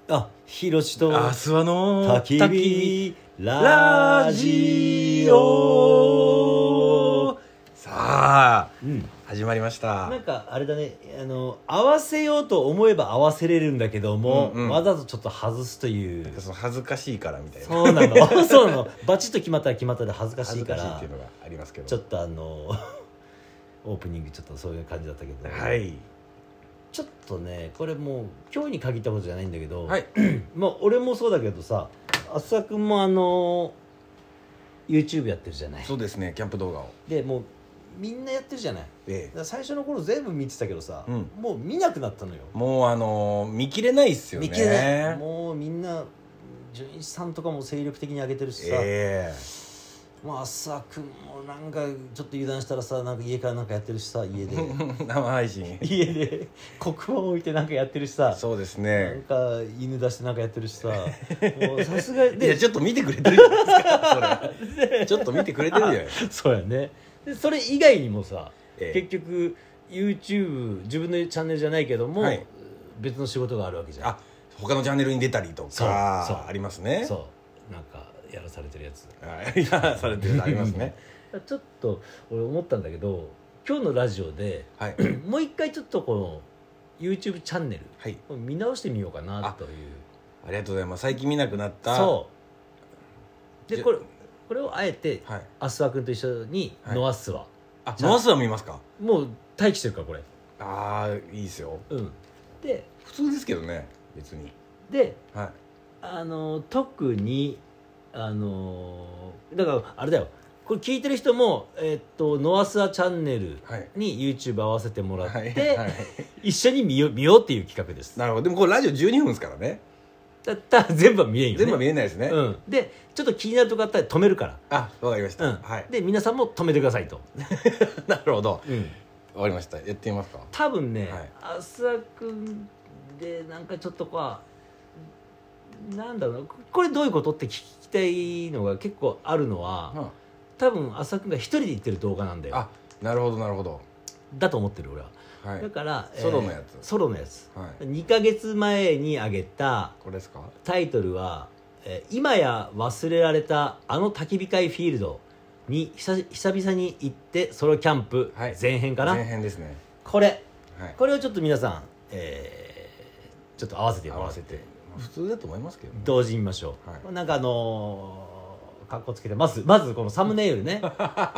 ひろしとあすわの焚き火ラジオ。 さあ、 うん、 始まりました。 なんかあれだね、合わせようと思えば合わせれるんだけども、わざとちょっと外すという、 なんかその恥ずかしいからみたいな。 そうなのそうなの、バチッと決まったら決まったで恥ずかしいから、 恥ずかしいっていうのがありますけど、 ちょっとオープニングちょっとそういう感じだったけど、 はい、 ちょっとねこれもう今日に限ったことじゃないんだけど、 はいまあ俺もそうだけどさ、浅田君もYouTube やってるじゃない。 そうですね、キャンプ動画を。 でもうみんなやってるじゃない。だから最初の頃全部見てたけどさ、もう見なくなったのよ。 もう見切れないっすよね。 見切れない。もうみんな純一さんとかも精力的に上げてるしさ、もう浅田君もなんかちょっと油断したらさ、なんか家からなんかやってるしさ、家で生配信家で黒板置いてなんかやってるしさ、 そうですね、 なんか犬出してなんかやってるしさ、もうさすがにいやちょっと見てくれてるじゃないですかそれちょっと見てくれてるじゃないですかそうやね。でそれ以外にもさ、結局 YouTube 自分のチャンネルじゃないけども、別の仕事があるわけじゃん。 他のチャンネルに出たりとかありますね。 そうなんかやらされてるやつやらされてるやつありますねちょっと俺思ったんだけど、今日のラジオで、もう一回ちょっとこの YouTube チャンネル、見直してみようかなという。 ありがとうございます。最近見なくなった。 そうでこれをあえてアスワ君と一緒にノアスワ、 ノアスワ見ますか。 もう待機してるからこれ。 いいですよ。 で普通ですけどね別に。 で、特にだからあれだよ、これ聞いてる人もノアスワチャンネルに YouTube 合わせてもらって、一緒に見ようっていう企画です。 なるほど。でもこれラジオ12分ですからね。 だったら全部は見えんよね。 全部は見えないですね。 でちょっと気になるとこあったら止めるから。 わかりました。 で皆さんも止めてくださいとなるほど。わかりました。やってみますか。 多分ね、浅田君でなんかちょっとなんだろうな、これどういうことって聞きたいのが結構あるのは、多分浅田君が一人で言ってる動画なんだよ。 なるほどなるほど。 だと思ってる俺は。だからソロのやつ。 2ヶ月前に上げたこれですか。 タイトルは今や忘れられたあの焚き火会フィールドに久々に行ってソロキャンプ前編かな。 前編ですね。 これをちょっと皆さんちょっと合わせて普通だと思いますけどね。 同時に見ましょう。なんかかっこつけてまずこのサムネイルね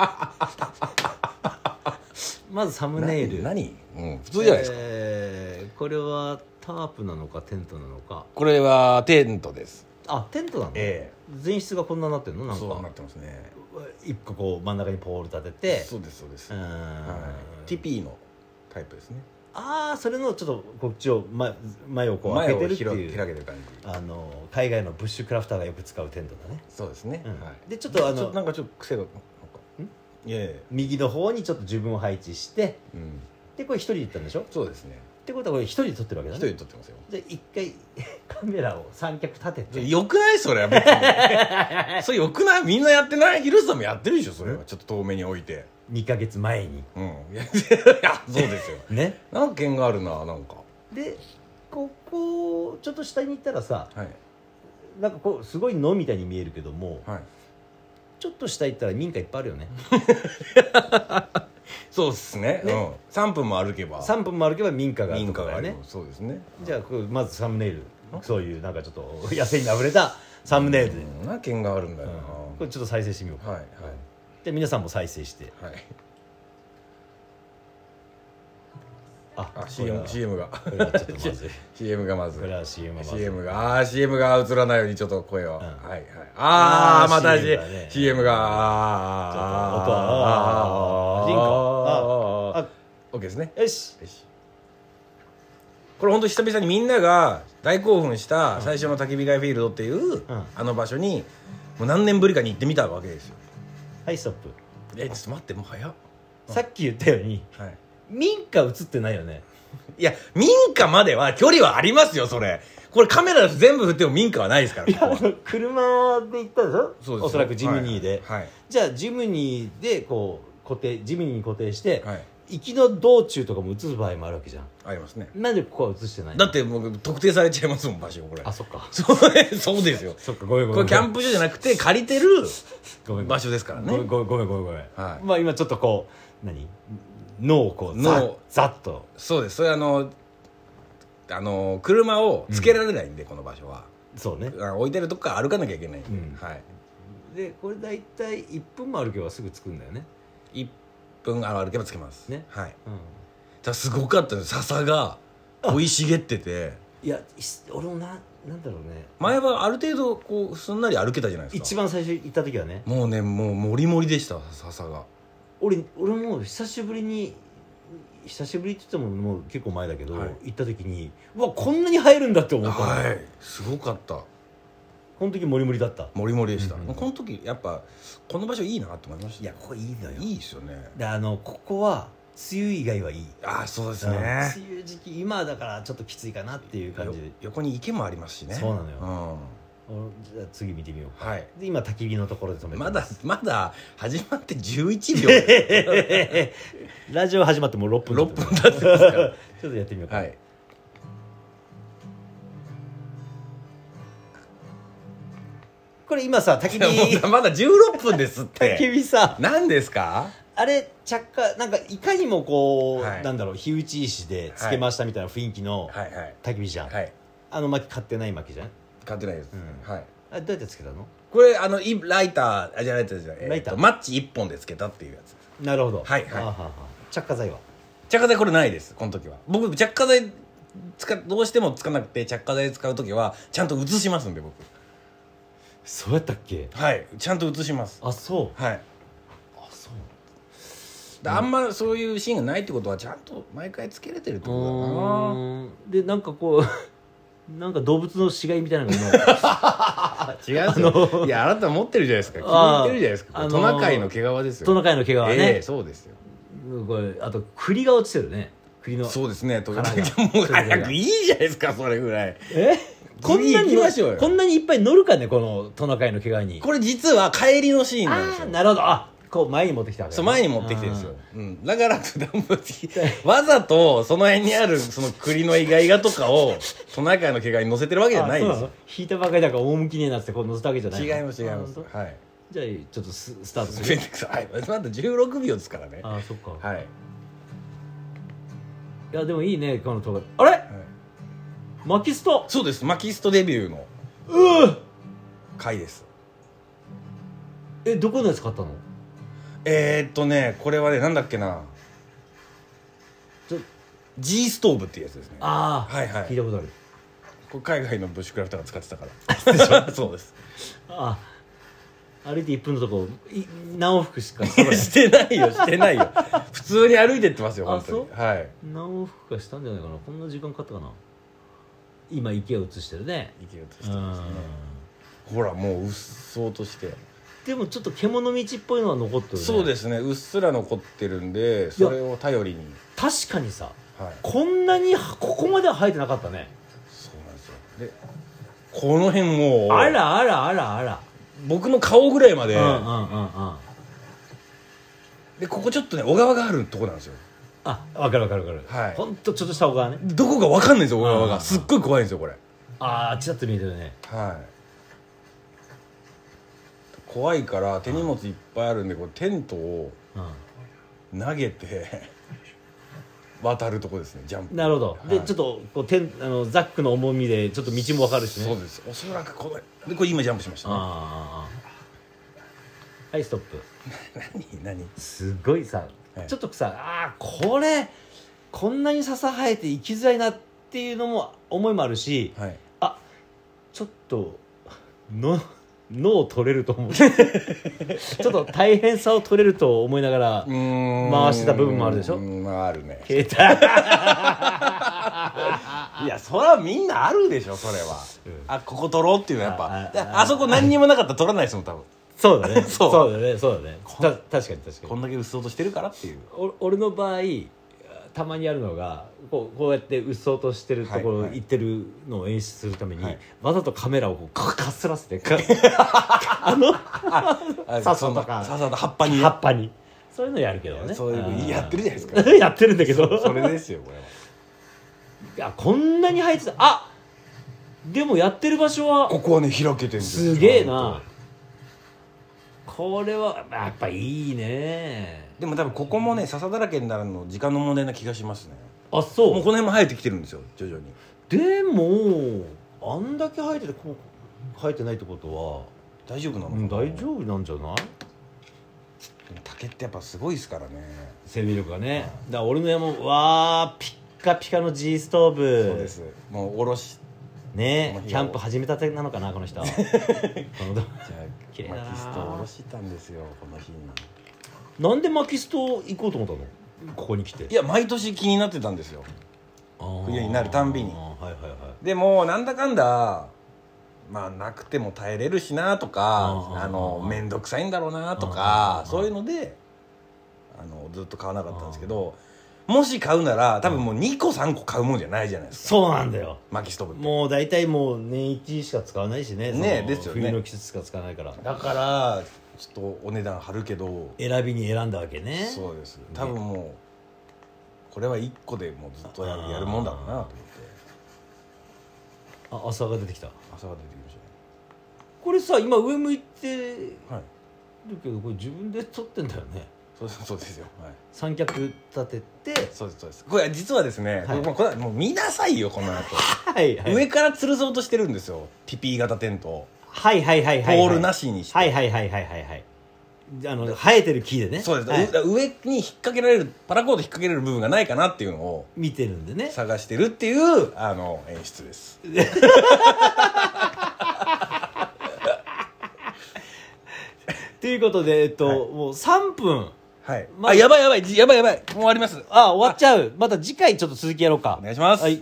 まずサムネイル何普通じゃないですか。 これはタープなのかテントなのか。 これはテントです。 テントなの。前室がこんなになってるの。なんかそうなってますね。 一個こう真ん中にポール立てて。 そうですティピーのタイプですね。 それのちょっとこっちを前をこう開けてるっていう開けてる感じ。 海外のブッシュクラフターがよく使うテントだね。 そうですね。 でちょっとなんかちょっと癖が右の方にちょっと自分を配置して、でこれ一人で行ったんでしょ。 そうですね。 ってことはこれ一人で撮ってるわけだね。 一人で撮ってますよ。 で一回カメラを三脚立てて。 よくないそれは別にそれよくない。みんなやってない。ヒロシさんもやってるでしょそれは。ちょっと遠目に置いて 2ヶ月前に。 いやそうですよね。 なんか剣があるな。なんかでここちょっと下に行ったらさ、なんかこうすごい野みたいに見えるけども、ちょっと下行ったら民家いっぱいあるよねそうですね。3分も歩けば民家があるところだね。 そうですね。 じゃあまずサムネイル、そういうなんかちょっと野生にあふれたサムネイルでな剣があるんだよな。 これちょっと再生してみようか。で皆さんも再生して。 CM がこれはちょっとまずい CM がまずこれは CM が映らないようにちょっと声をまた CM がOK ですね。 よし。 これ本当久々にみんなが大興奮した最初の焚き火台フィールドっていうあの場所にもう何年ぶりかに行ってみたわけですよ。 はい、ストップ。 ちょっと待って、もう早っ。 さっき言ったように民家映ってないよね。 いや民家までは距離はありますよ。それこれカメラ全部振っても民家はないですから。 車で行ったでしょ。 そうです。 おそらくジムニーで。じゃあジムニーでこうジムニーに固定して行きの道中とかも映す場合もあるわけじゃん。 ありますね。 なんでここは映してないの？ だってもう特定されちゃいますもん、場所これ。 あ、そっか。 そうですよ。 そっか、ごめんごこめん。 れキャンプ場じゃなくて借りてるごめん場所ですからね。 ごめんごめんごめん。 はい、 まあ今ちょっとこう脳をこうざっと。 そうです。それ車をつけられないんで、この場所は。 そうね。 置いてるとこから歩かなきゃいけないんで、はい。 でこれ大体1分も歩けばすぐ着くんだよね。 1分歩けば着けますね。 はい。だすごかったです。笹が生い茂ってて。 いや俺もなんだろうね。 前はある程度こうすんなり歩けたじゃないですか。 一番最初行った時はね。 もうモリモリでした笹が。 俺も久しぶりって言ってももう結構前だけど、行った時にうわこんなに生えるんだって思ったの。 はい、すごかった。 この時モリモリだった。 モリモリでした、この時やっぱこの場所いいなと思いました。 いやここいいのよ。 いいですよね。 でここは梅雨以外はいい。 ああそうですね。 梅雨時期今だからちょっときついかなっていう感じで。 横に池もありますしね。 そうなのよ、じゃあ次見てみようか。 はい。 で今焚き火のところで止めてます。 まだ始まって11秒ラジオ始まってもう6分経ってますからちょっとやってみようか。はい。これ今さ焚き火まだ16分ですって焚き火さ何ですかあれ着火なんかいかにもこう、なんだろう火打ち石でつけましたみたいな雰囲気の焚き火じゃん。薪買ってない薪じゃん。 買ってないです、はい。 あれどうやってつけたの？ これライターじゃないマッチ1本でつけたっていうやつ。 なるほど。 はい着火剤は？ 着火剤これないです。この時は僕着火剤どうしてもつかなくて着火剤使う時はちゃんと移しますんで僕。 そうやったっけ？ はい、ちゃんと移します。 あ、そう。 はい。 あ、そう。 あんまそういうシーンがないってことはちゃんと毎回つけれてるってことだな。 でなんかこうなんか動物の死骸みたいなのが違うんですよ。いやあなた持ってるじゃないですか。聞いてるじゃないですか。トナカイの毛皮ですよ。 トナカイの毛皮ね。 そうですよ。 これあと栗が落ちてるね。栗の。 そうですね。もう早くいいじゃないですかそれぐらい。 こんなにいっぱい乗るかねこのトナカイの毛皮に。 これ実は帰りのシーンなんですよ。 なるほど。こう前に持ってきたわけ。 そう前に持ってきてるんですよ。だからわざとその辺にあるその栗のイガイガとかをトナカイの毛皮に乗せてるわけじゃないんですよ。 引いたばかりだから趣ねえなってこう乗せたわけじゃない。 違います。はい。 じゃあちょっとスタートする。 はい。まだ16秒ですからね。 あ、そっか。 はい。 いやでもいいねこの動画。あれ？マキスト。 そうです。マキストデビューの回です。 どこのやつ買ったの？ これはねなんだっけな、G ストーブっていうやつですね。はい聞いたことある。 これ海外のブッシュクラフターが使ってたからそうです。 歩いて1分のとこ何往復しかしてないよ普通に歩いてってますよ本当に。はい。 何往復かしたんじゃないかな。こんな時間かかったかな。今池を映してるね。 池を映してますね。ほらもううっそうとして。 でもちょっと獣道っぽいのは残ってるね。 そうですね。うっすら残ってるんでそれを頼りに。 確かにさ、こんなにここまでは生えてなかったね。 そうなんですよ。でこの辺もうあら僕の顔ぐらいまで、でここちょっとね小川があるとこなんですよ。 分かる、はい、ほんとちょっとした小川ね。 どこか分かんないんですよ小川が。すっごい怖いんですよこれ。 ちらっと見えてるね。 はい。怖いから手荷物いっぱいあるんでこうテントを投げて渡るとこですね。ジャンプ。 なるほど。でちょっとこうザックの重みでちょっと道も分かるしね。 そうです。おそらくこれ今ジャンプしましたね。 はいストップ。 何すごいさ、ちょっとさこれこんなに笹生えて行きづらいなっていうのも思いもあるし、ちょっと脳取れると思うちょっと大変さを取れると思いながら回してた部分もあるでしょ。 あるね。 携帯いやそれはみんなあるでしょそれは。ここ取ろうっていうのはやっぱあそこ何にもなかったら取らないですもん多分。 そうだねそうだね確かにこんだけうっそうとしてるからっていう。 俺の場合たまにあるのがこうやってうっそうとしてるところ行ってるのを演出するために、わざとカメラをこうかすらせて笹とか葉っぱにそういうのやるけどね。 そういうやってるじゃないですかやってるんだけどそれですよこれは。 いやこんなに生えてた。あ、でもやってる場所はここはね開けてるんですよ。 すげえな。これはやっぱいいね。 でも多分ここもね笹だらけになるの時間の問題な気がしますね。 あ、そう。 もうこの辺も生えてきてるんですよ徐々に。 でもあんだけ生えてて生えてないってことは大丈夫なのかな。 大丈夫なんじゃない？ 竹ってやっぱすごいですからね、 生命力がね。だから俺の山もわーピッカピカの G ストーブ。 そうです。もうおろしね、キャンプ始めたてなのかなこの人。じゃあ綺麗だな。薪ストおろしたんですよこの日に。 なんで薪スト行こうと思ったのここに来て？ いや毎年気になってたんですよ冬になるたんびに。 はいはいはい。 でもなんだかんだまあなくても耐えれるしなとか面倒くさいんだろうなとかそういうのでずっと買わなかったんですけど、もし買うなら多分もう2個3個買うもんじゃないじゃないですか。 そうなんだよ。 薪ストーブってもう大体もう年一しか使わないしね。 ねですよね。 冬の季節しか使わないから。 だからちょっとお値段張るけど選びに選んだわけね。 そうです。多分もうこれは1個でもうずっとやるもんだろうなと思って。 あ、朝が出てきた。 朝が出てきましたね。 これさ今上向いてるはいけどこれ自分で撮ってんだよね。 そうですよ、はい、 三脚立てて。 そうですこれ実はですね、はい、これもう見なさいよこの後はい、はい、 上から吊るそうとしてるんですよピピー型テントを。 はいはいはいはい、 ポールなしにして。 はいはいはいはいはいはい。生えてる木でね。 そうです、 はい、 上に引っ掛けられるパラコード引っ掛けられる部分がないかなっていうのを見てるんでね探してるっていう演出ですということでもう3分。 はい、やばいもう終わります。 終わっちゃう。また次回ちょっと続きやろうか。 お願いします。 はい。